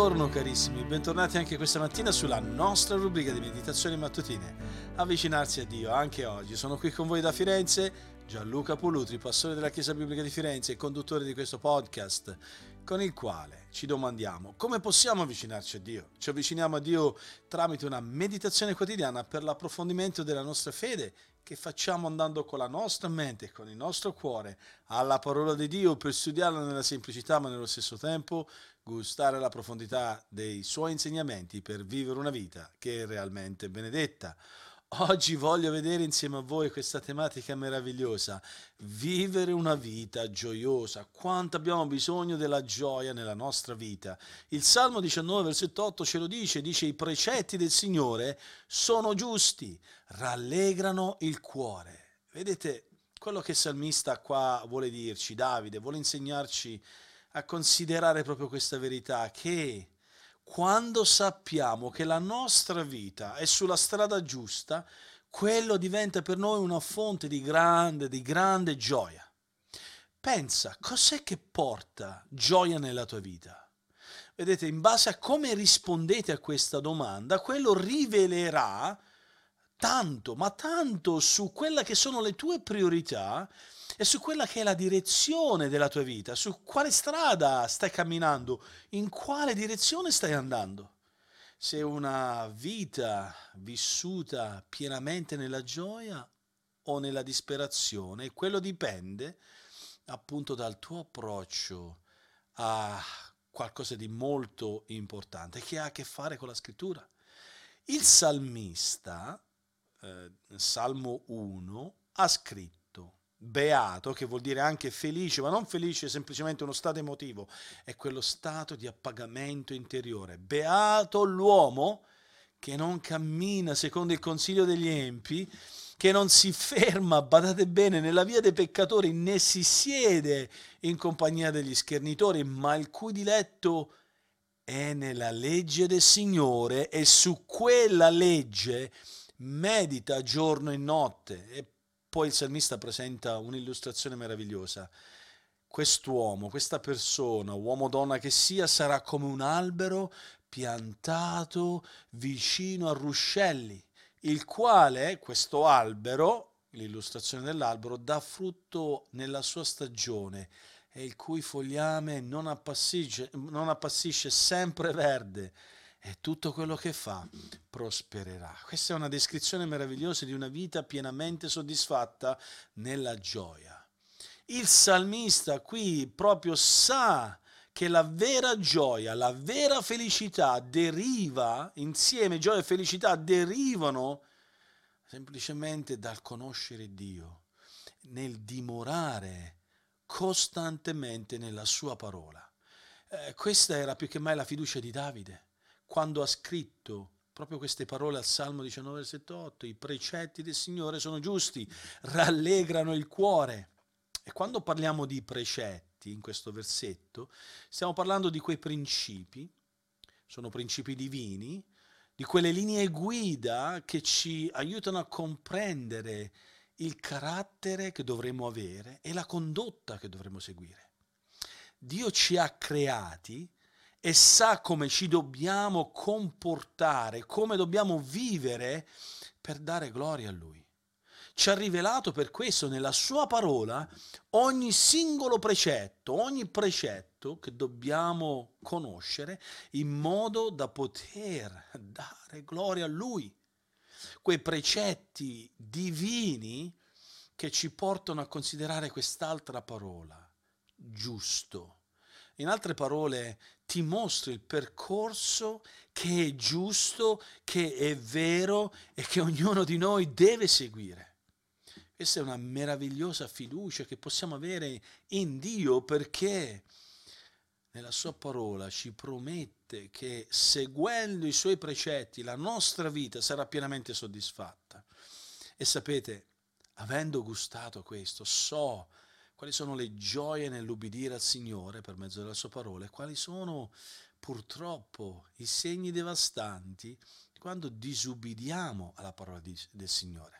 Buongiorno carissimi, bentornati anche questa mattina sulla nostra rubrica di meditazioni mattutine. Avvicinarsi a Dio anche oggi. Sono qui con voi da Firenze, Gianluca Polutri, pastore della Chiesa Biblica di Firenze e conduttore di questo podcast, con il quale ci domandiamo come possiamo avvicinarci a Dio. Ci avviciniamo a Dio tramite una meditazione quotidiana per l'approfondimento della nostra fede che facciamo andando con la nostra mente e con il nostro cuore alla parola di Dio per studiarla nella semplicità ma nello stesso tempo gustare la profondità dei suoi insegnamenti per vivere una vita che è realmente benedetta. Oggi voglio vedere insieme a voi questa tematica meravigliosa, vivere una vita gioiosa. Quanto abbiamo bisogno della gioia nella nostra vita. Il Salmo 19, versetto 8 ce lo dice i precetti del Signore sono giusti, rallegrano il cuore. Vedete, quello che il salmista qua vuole dirci, Davide, vuole insegnarci a considerare proprio questa verità, che quando sappiamo che la nostra vita è sulla strada giusta, quello diventa per noi una fonte di grande gioia. Pensa, cos'è che porta gioia nella tua vita? Vedete, in base a come rispondete a questa domanda, quello rivelerà tanto, ma tanto su quelle che sono le tue priorità e su quella che è la direzione della tua vita, su quale strada stai camminando, in quale direzione stai andando. Se una vita vissuta pienamente nella gioia o nella disperazione, quello dipende appunto dal tuo approccio a qualcosa di molto importante che ha a che fare con la scrittura. Il salmista, Salmo 1, ha scritto beato, che vuol dire anche felice, ma non felice semplicemente uno stato emotivo, è quello stato di appagamento interiore. Beato l'uomo che non cammina secondo il consiglio degli empi, che non si ferma, badate bene, nella via dei peccatori, né si siede in compagnia degli schernitori, ma il cui diletto è nella legge del Signore e su quella legge medita giorno e notte. E poi il salmista presenta un'illustrazione meravigliosa. Quest'uomo, questa persona, uomo o donna che sia, sarà come un albero piantato vicino a ruscelli, il quale, questo albero, l'illustrazione dell'albero, dà frutto nella sua stagione e il cui fogliame non appassisce, sempre verde, e tutto quello che fa prospererà. Questa è una descrizione meravigliosa di una vita pienamente soddisfatta nella gioia. Il salmista qui proprio sa che la vera gioia, la vera felicità deriva, insieme gioia e felicità derivano semplicemente dal conoscere Dio, nel dimorare costantemente nella sua parola. Questa era più che mai la fiducia di Davide, quando ha scritto proprio queste parole al Salmo 19, versetto 8, i precetti del Signore sono giusti, rallegrano il cuore. E quando parliamo di precetti in questo versetto, stiamo parlando di quei principi, sono principi divini, di quelle linee guida che ci aiutano a comprendere il carattere che dovremmo avere e la condotta che dovremmo seguire. Dio ci ha creati e sa come ci dobbiamo comportare, come dobbiamo vivere per dare gloria a Lui. Ci ha rivelato per questo nella sua parola ogni singolo precetto, ogni precetto che dobbiamo conoscere in modo da poter dare gloria a Lui. Quei precetti divini che ci portano a considerare quest'altra parola, giusto. In altre parole, ti mostro il percorso che è giusto, che è vero e che ognuno di noi deve seguire. Questa è una meravigliosa fiducia che possiamo avere in Dio, perché nella sua parola ci promette che seguendo i suoi precetti la nostra vita sarà pienamente soddisfatta. E sapete, avendo gustato questo, so quali sono le gioie nell'ubbidire al Signore per mezzo della sua parola e quali sono purtroppo i segni devastanti quando disubbidiamo alla parola del Signore.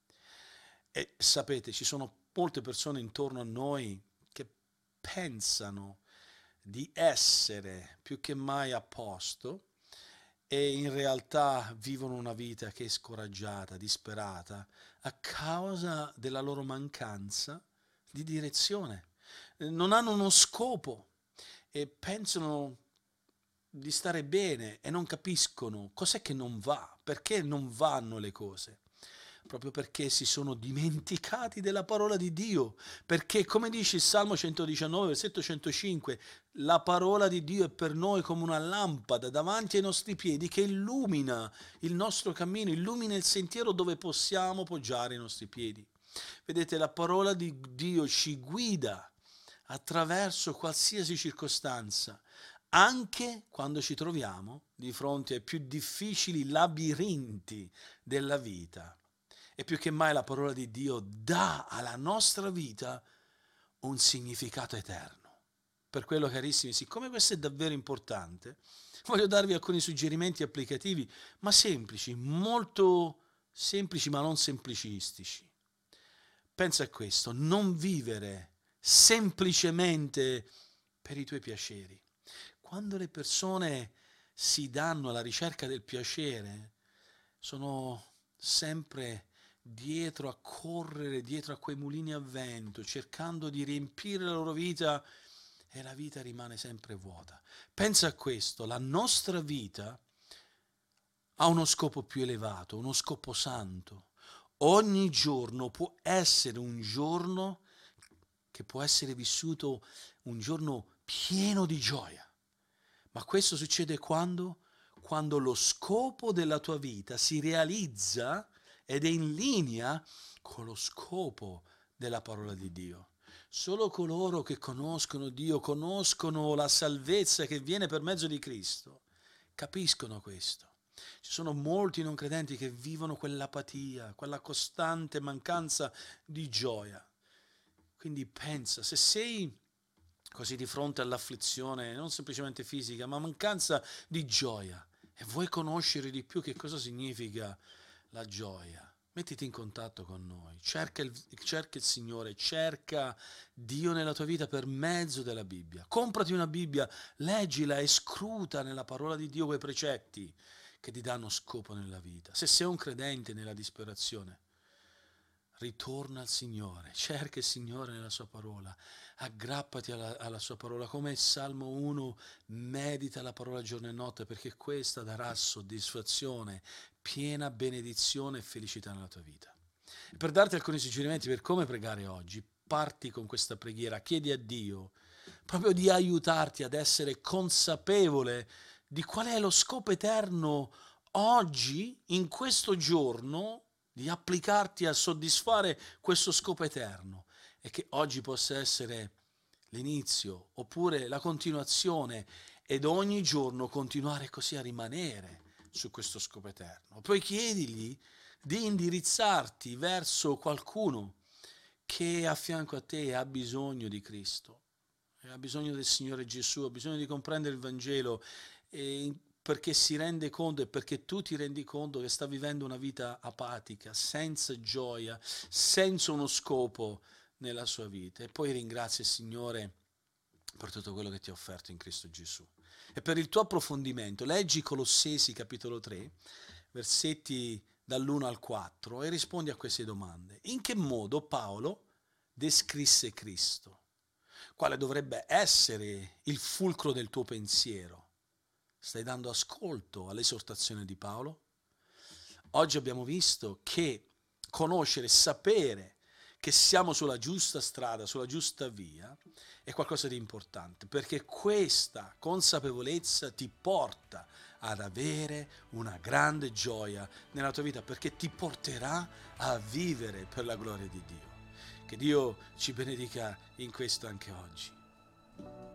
E sapete, ci sono molte persone intorno a noi che pensano di essere più che mai a posto e in realtà vivono una vita che è scoraggiata, disperata, a causa della loro mancanza di direzione. Non hanno uno scopo e pensano di stare bene e non capiscono cos'è che non va, perché non vanno le cose. Proprio perché si sono dimenticati della parola di Dio, perché come dice il Salmo 119, versetto 105, la parola di Dio è per noi come una lampada davanti ai nostri piedi che illumina il nostro cammino, illumina il sentiero dove possiamo poggiare i nostri piedi. Vedete, la parola di Dio ci guida attraverso qualsiasi circostanza, anche quando ci troviamo di fronte ai più difficili labirinti della vita. E più che mai la parola di Dio dà alla nostra vita un significato eterno. Per quello, carissimi, siccome questo è davvero importante, voglio darvi alcuni suggerimenti applicativi, ma semplici, molto semplici ma non semplicistici. Pensa a questo: non vivere semplicemente per i tuoi piaceri. Quando le persone si danno alla ricerca del piacere, sono sempre dietro a correre, dietro a quei mulini a vento, cercando di riempire la loro vita e la vita rimane sempre vuota. Pensa a questo: la nostra vita ha uno scopo più elevato, uno scopo santo. Ogni giorno può essere un giorno che può essere vissuto un giorno pieno di gioia. Ma questo succede quando? Quando lo scopo della tua vita si realizza ed è in linea con lo scopo della parola di Dio. Solo coloro che conoscono Dio, conoscono la salvezza che viene per mezzo di Cristo, capiscono questo. Ci sono molti non credenti che vivono quell'apatia, quella costante mancanza di gioia. Quindi pensa, se sei così di fronte all'afflizione, non semplicemente fisica, ma mancanza di gioia, e vuoi conoscere di più che cosa significa la gioia, mettiti in contatto con noi, cerca il Signore, cerca Dio nella tua vita per mezzo della Bibbia. Comprati una Bibbia, leggila e scruta nella parola di Dio quei precetti che ti danno scopo nella vita. Se sei un credente nella disperazione, ritorna al Signore, cerca il Signore nella sua parola, aggrappati alla sua parola, come il Salmo 1, medita la parola giorno e notte, perché questa darà soddisfazione, piena benedizione e felicità nella tua vita. E per darti alcuni suggerimenti per come pregare oggi, parti con questa preghiera, chiedi a Dio proprio di aiutarti ad essere consapevole di qual è lo scopo eterno oggi, in questo giorno, di applicarti a soddisfare questo scopo eterno, e che oggi possa essere l'inizio oppure la continuazione, ed ogni giorno continuare così a rimanere su questo scopo eterno. Poi chiedigli di indirizzarti verso qualcuno che a fianco a te ha bisogno di Cristo, ha bisogno del Signore Gesù, ha bisogno di comprendere il Vangelo, perché si rende conto e perché tu ti rendi conto che sta vivendo una vita apatica, senza gioia, senza uno scopo nella sua vita. E poi ringrazia il Signore per tutto quello che ti ha offerto in Cristo Gesù. E per il tuo approfondimento, leggi Colossesi capitolo 3, versetti dall'1 al 4, e rispondi a queste domande. In che modo Paolo descrisse Cristo? Quale dovrebbe essere il fulcro del tuo pensiero? Stai dando ascolto all'esortazione di Paolo? Oggi abbiamo visto che conoscere, sapere che siamo sulla giusta strada, sulla giusta via, è qualcosa di importante, perché questa consapevolezza ti porta ad avere una grande gioia nella tua vita, perché ti porterà a vivere per la gloria di Dio. Che Dio ci benedica in questo anche oggi.